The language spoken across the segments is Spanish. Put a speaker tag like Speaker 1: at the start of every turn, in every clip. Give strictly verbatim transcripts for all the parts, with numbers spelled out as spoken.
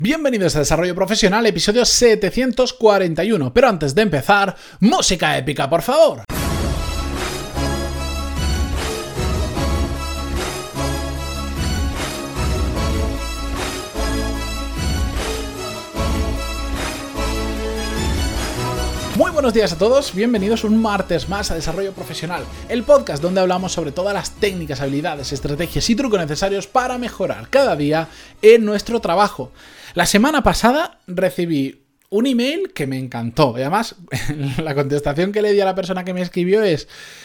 Speaker 1: Bienvenidos a Desarrollo Profesional, episodio setecientos cuarenta y uno. Pero antes de empezar, música épica, por favor. Muy buenos días a todos, bienvenidos un martes más a Desarrollo Profesional, el podcast donde hablamos sobre todas las técnicas, habilidades, estrategias y trucos necesarios para mejorar cada día en nuestro trabajo. La semana pasada recibí un email que me encantó y además la contestación que le di a la persona que me escribió es: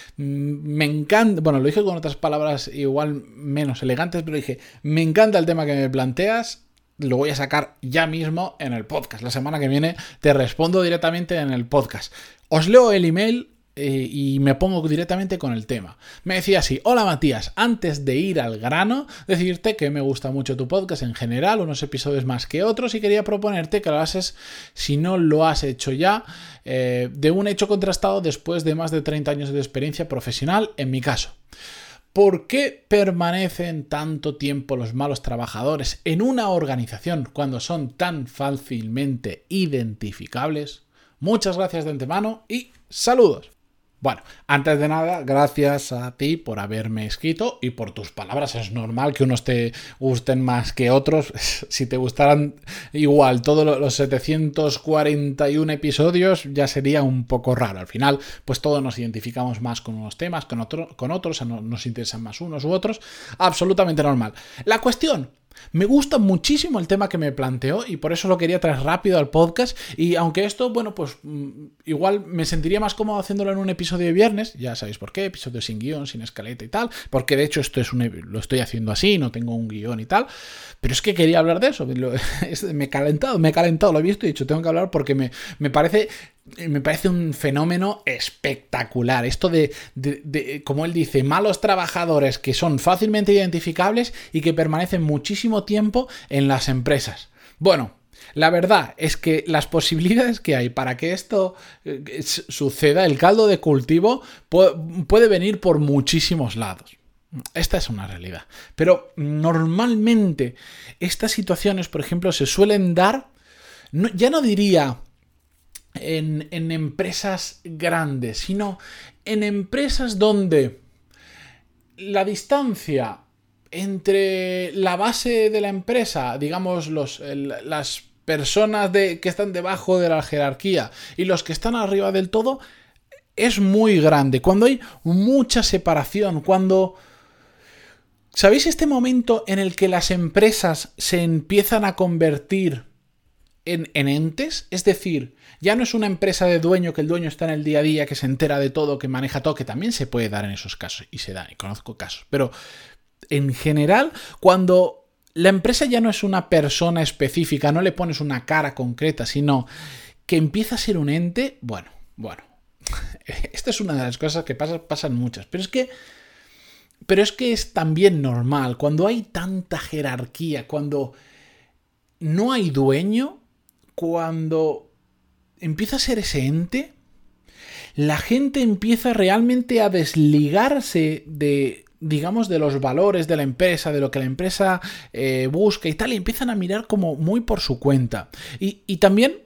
Speaker 1: me encanta, bueno, lo dije con otras palabras igual menos elegantes, pero dije, me encanta el tema que me planteas. Lo voy a sacar ya mismo en el podcast. La semana que viene te respondo directamente en el podcast. Os leo el email eh, y me pongo directamente con el tema. Me decía así: hola Matías, antes de ir al grano, decirte que me gusta mucho tu podcast en general, unos episodios más que otros, y quería proponerte que lo haces, si no lo has hecho ya, eh, de un hecho contrastado después de más de treinta años de experiencia profesional, en mi caso. ¿Por qué permanecen tanto tiempo los malos trabajadores en una organización cuando son tan fácilmente identificables? Muchas gracias de antemano y saludos. Bueno, antes de nada, gracias a ti por haberme escrito y por tus palabras. Es normal que unos te gusten más que otros. Si te gustaran igual todos los setecientos cuarenta y uno episodios, ya sería un poco raro. Al final, pues todos nos identificamos más con unos temas, con, otro, con otros, o sea, nos interesan más unos u otros. Absolutamente normal. La cuestión: me gusta muchísimo el tema que me planteó y por eso lo quería traer rápido al podcast. Y aunque esto, bueno, pues igual me sentiría más cómodo haciéndolo en un episodio de viernes, ya sabéis por qué, episodio sin guión, sin escaleta y tal, porque de hecho esto es un, lo estoy haciendo así, no tengo un guión y tal, pero es que quería hablar de eso. Me he calentado, me he calentado, lo he visto y he dicho, tengo que hablar porque me, me parece... Me parece un fenómeno espectacular. Esto de, de, de, como él dice, malos trabajadores que son fácilmente identificables y que permanecen muchísimo tiempo en las empresas. Bueno, la verdad es que las posibilidades que hay para que esto eh, suceda, el caldo de cultivo, puede, puede venir por muchísimos lados. Esta es una realidad. Pero normalmente estas situaciones, por ejemplo, se suelen dar, no, ya no diría... En, en empresas grandes, sino en empresas donde la distancia entre la base de la empresa, digamos los, el, las personas de, que están debajo de la jerarquía y los que están arriba del todo, es muy grande. Cuando hay mucha separación, cuando... ¿Sabéis este momento en el que las empresas se empiezan a convertir En, en entes? Es decir, ya no es una empresa de dueño, que el dueño está en el día a día, que se entera de todo, que maneja todo, que también se puede dar en esos casos, y se da, y conozco casos, pero en general, cuando la empresa ya no es una persona específica, no le pones una cara concreta, sino que empieza a ser un ente, bueno, bueno, esta es una de las cosas que pasan, pasan muchas, pero es que pero es que es también normal, cuando hay tanta jerarquía, cuando no hay dueño, cuando empieza a ser ese ente, la gente empieza realmente a desligarse de, digamos, de los valores de la empresa, de lo que la empresa eh, busca y tal, y empiezan a mirar como muy por su cuenta. Y, y también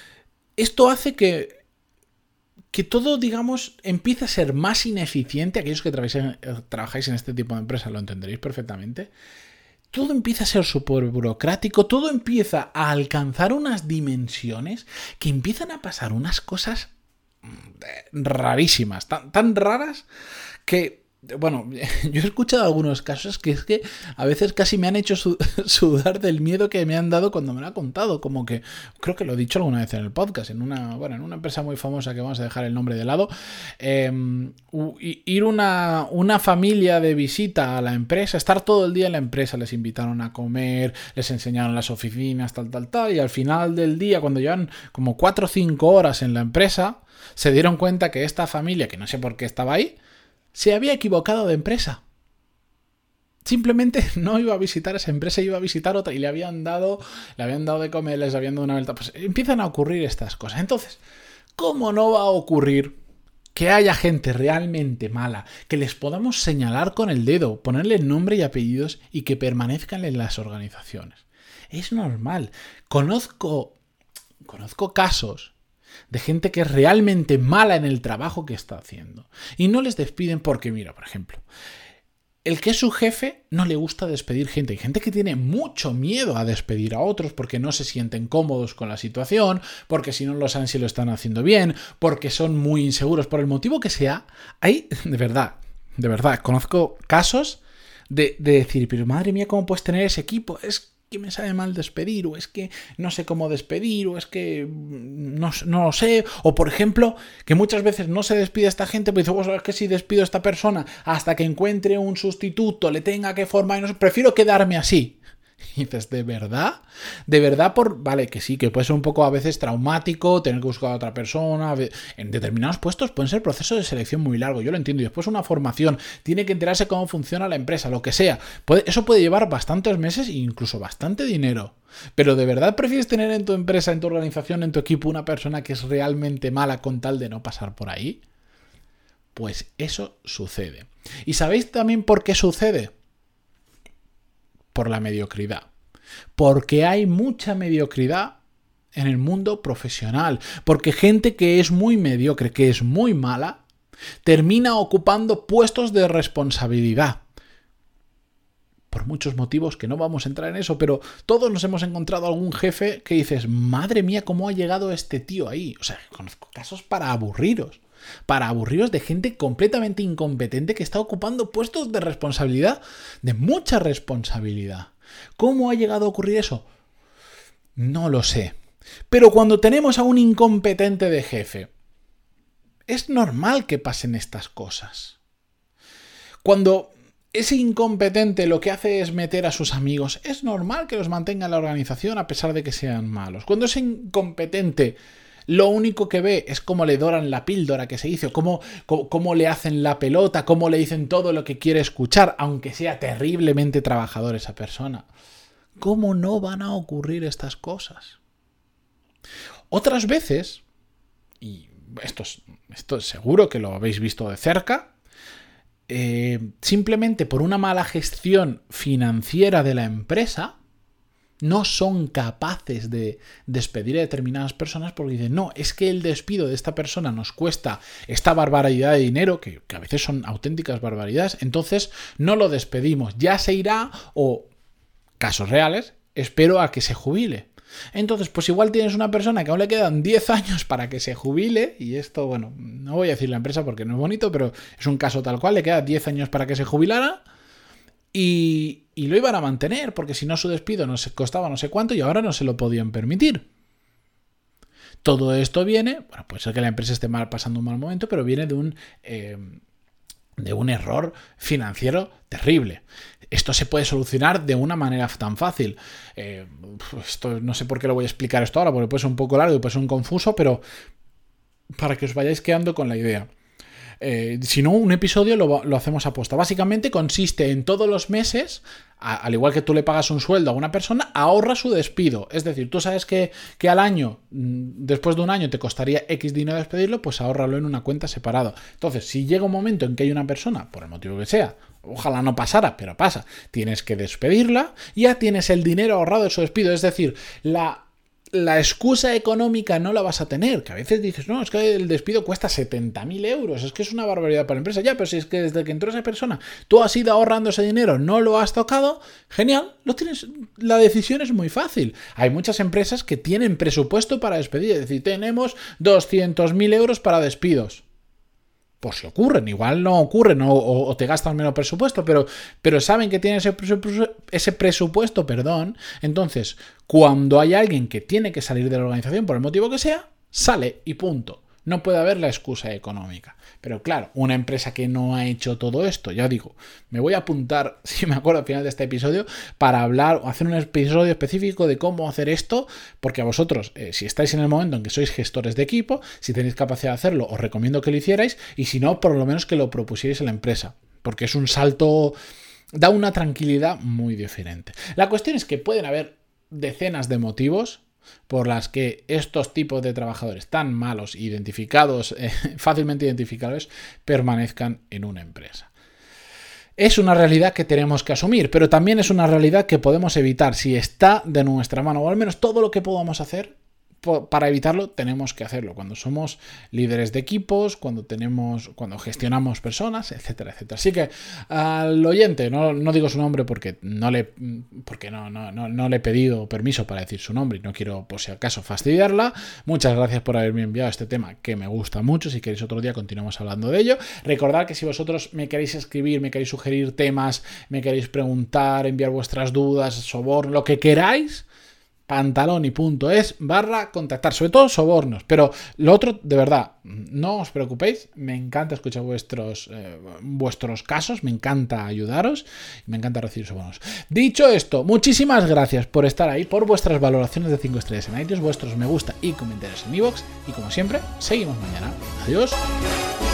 Speaker 1: esto hace que, que todo, digamos, empiece a ser más ineficiente. Aquellos que trabajáis en este tipo de empresas lo entenderéis perfectamente. Todo empieza a ser súper burocrático, todo empieza a alcanzar unas dimensiones que empiezan a pasar unas cosas rarísimas, tan, tan raras que, bueno, yo he escuchado algunos casos que es que a veces casi me han hecho sudar del miedo que me han dado cuando me lo ha contado, como que, creo que lo he dicho alguna vez en el podcast, en una, bueno, en una empresa muy famosa que vamos a dejar el nombre de lado, eh, ir una, una familia de visita a la empresa, estar todo el día en la empresa, les invitaron a comer, les enseñaron las oficinas, tal, tal, tal, y al final del día, cuando llevan como cuatro o cinco horas en la empresa, se dieron cuenta que esta familia, que no sé por qué estaba ahí, se había equivocado de empresa. Simplemente no iba a visitar esa empresa, iba a visitar otra y le habían dado, le habían dado de comer, les habían dado una vuelta. Pues empiezan a ocurrir estas cosas. Entonces, ¿cómo no va a ocurrir que haya gente realmente mala, que les podamos señalar con el dedo, ponerle nombre y apellidos y que permanezcan en las organizaciones? Es normal. Conozco, conozco casos de gente que es realmente mala en el trabajo que está haciendo. Y no les despiden porque, mira, por ejemplo, el que es su jefe no le gusta despedir gente. Hay gente que tiene mucho miedo a despedir a otros porque no se sienten cómodos con la situación, porque si no lo saben si lo están haciendo bien, porque son muy inseguros, por el motivo que sea. Hay, de verdad, de verdad, conozco casos de, de decir, pero madre mía, ¿cómo puedes tener ese equipo? Es que me sabe mal despedir, o es que no sé cómo despedir, o es que no, no lo sé, o por ejemplo, que muchas veces no se despide a esta gente, pero dice, pues es que si despido a esta persona hasta que encuentre un sustituto, le tenga que formar, y no sé, prefiero quedarme así. Y dices, ¿de verdad? ¿De verdad? Por vale, que sí, que puede ser un poco a veces traumático, tener que buscar a otra persona. En determinados puestos pueden ser procesos de selección muy largos, yo lo entiendo. Y después una formación, tiene que enterarse cómo funciona la empresa, lo que sea. Puede, eso puede llevar bastantes meses e incluso bastante dinero. Pero ¿de verdad prefieres tener en tu empresa, en tu organización, en tu equipo, una persona que es realmente mala con tal de no pasar por ahí? Pues eso sucede. ¿Y sabéis también por qué sucede? Por la mediocridad. Porque hay mucha mediocridad en el mundo profesional. Porque gente que es muy mediocre, que es muy mala, termina ocupando puestos de responsabilidad. Por muchos motivos que no vamos a entrar en eso, pero todos nos hemos encontrado algún jefe que dices, madre mía, ¿cómo ha llegado este tío ahí? O sea, conozco casos para aburriros. Para aburriros de gente completamente incompetente que está ocupando puestos de responsabilidad, de mucha responsabilidad. ¿Cómo ha llegado a ocurrir eso? No lo sé. Pero cuando tenemos a un incompetente de jefe, es normal que pasen estas cosas. Cuando ese incompetente lo que hace es meter a sus amigos, es normal que los mantenga en la organización a pesar de que sean malos. Cuando ese incompetente lo único que ve es cómo le doran la píldora que se hizo, cómo, cómo, cómo le hacen la pelota, cómo le dicen todo lo que quiere escuchar, aunque sea terriblemente trabajador esa persona. ¿Cómo no van a ocurrir estas cosas? Otras veces, y esto, es, esto seguro que lo habéis visto de cerca, eh, simplemente por una mala gestión financiera de la empresa, no son capaces de despedir a determinadas personas porque dicen, no, es que el despido de esta persona nos cuesta esta barbaridad de dinero, que, que a veces son auténticas barbaridades, entonces no lo despedimos, ya se irá o, casos reales, espero a que se jubile. Entonces, pues igual tienes una persona que aún le quedan diez años para que se jubile, y esto, bueno, no voy a decir la empresa porque no es bonito, pero es un caso tal cual, le queda diez años para que se jubilara, y, y lo iban a mantener, porque si no su despido no se costaba no sé cuánto y ahora no se lo podían permitir. Todo esto viene, bueno, puede ser que la empresa esté mal, pasando un mal momento, pero viene de un, eh, de un error financiero terrible. Esto se puede solucionar de una manera tan fácil. Eh, esto, no sé por qué lo voy a explicar esto ahora, porque puede ser un poco largo y puede ser un confuso, pero para que os vayáis quedando con la idea. Eh, si no, un episodio lo, lo hacemos a posta. Básicamente consiste en todos los meses, a, al igual que tú le pagas un sueldo a una persona, ahorra su despido. Es decir, tú sabes que, que al año, después de un año, te costaría X dinero despedirlo, pues ahórralo en una cuenta separada. Entonces, si llega un momento en que hay una persona, por el motivo que sea, ojalá no pasara, pero pasa, tienes que despedirla, ya tienes el dinero ahorrado de su despido. Es decir, la... la excusa económica no la vas a tener, que a veces dices, no, es que el despido cuesta setenta mil euros, es que es una barbaridad para la empresa. Ya, pero si es que desde que entró esa persona tú has ido ahorrando ese dinero, no lo has tocado, genial, lo tienes, la decisión es muy fácil. Hay muchas empresas que tienen presupuesto para despedir, es decir, tenemos doscientos mil euros para despidos. Pues si ocurren, igual no ocurren o, o te gastan menos presupuesto, pero, pero saben que tienen ese presupuesto, ese presupuesto, perdón. Entonces, cuando hay alguien que tiene que salir de la organización por el motivo que sea, sale y punto. No puede haber la excusa económica. Pero claro, una empresa que no ha hecho todo esto, ya digo, me voy a apuntar, si me acuerdo al final de este episodio, para hablar o hacer un episodio específico de cómo hacer esto, porque a vosotros, eh, si estáis en el momento en que sois gestores de equipo, si tenéis capacidad de hacerlo, os recomiendo que lo hicierais, y si no, por lo menos que lo propusierais a la empresa, porque es un salto, da una tranquilidad muy diferente. La cuestión es que pueden haber decenas de motivos por las que estos tipos de trabajadores tan malos, identificados, eh, fácilmente identificables, permanezcan en una empresa. es una realidad que tenemos que asumir, pero también es una realidad que podemos evitar si está de nuestra mano, o al menos todo lo que podamos hacer para evitarlo tenemos que hacerlo. Cuando somos líderes de equipos, cuando tenemos, cuando gestionamos personas, etcétera, etcétera. Así que al oyente, no, no digo su nombre porque no le, porque no, no, no, no le he pedido permiso para decir su nombre y no quiero por si acaso fastidiarla. Muchas gracias por haberme enviado este tema que me gusta mucho. Si queréis otro día continuamos hablando de ello. Recordad que si vosotros me queréis escribir, me queréis sugerir temas, me queréis preguntar, enviar vuestras dudas, soborno, lo que queráis, pantaloni.es barra contactar, sobre todo sobornos, pero lo otro, de verdad, no os preocupéis, me encanta escuchar vuestros, eh, vuestros casos, me encanta ayudaros, me encanta recibir sobornos. Dicho esto, muchísimas gracias por estar ahí, por vuestras valoraciones de cinco estrellas en iTunes, vuestros me gusta y comentarios en iVoox, y como siempre, seguimos mañana. Adiós.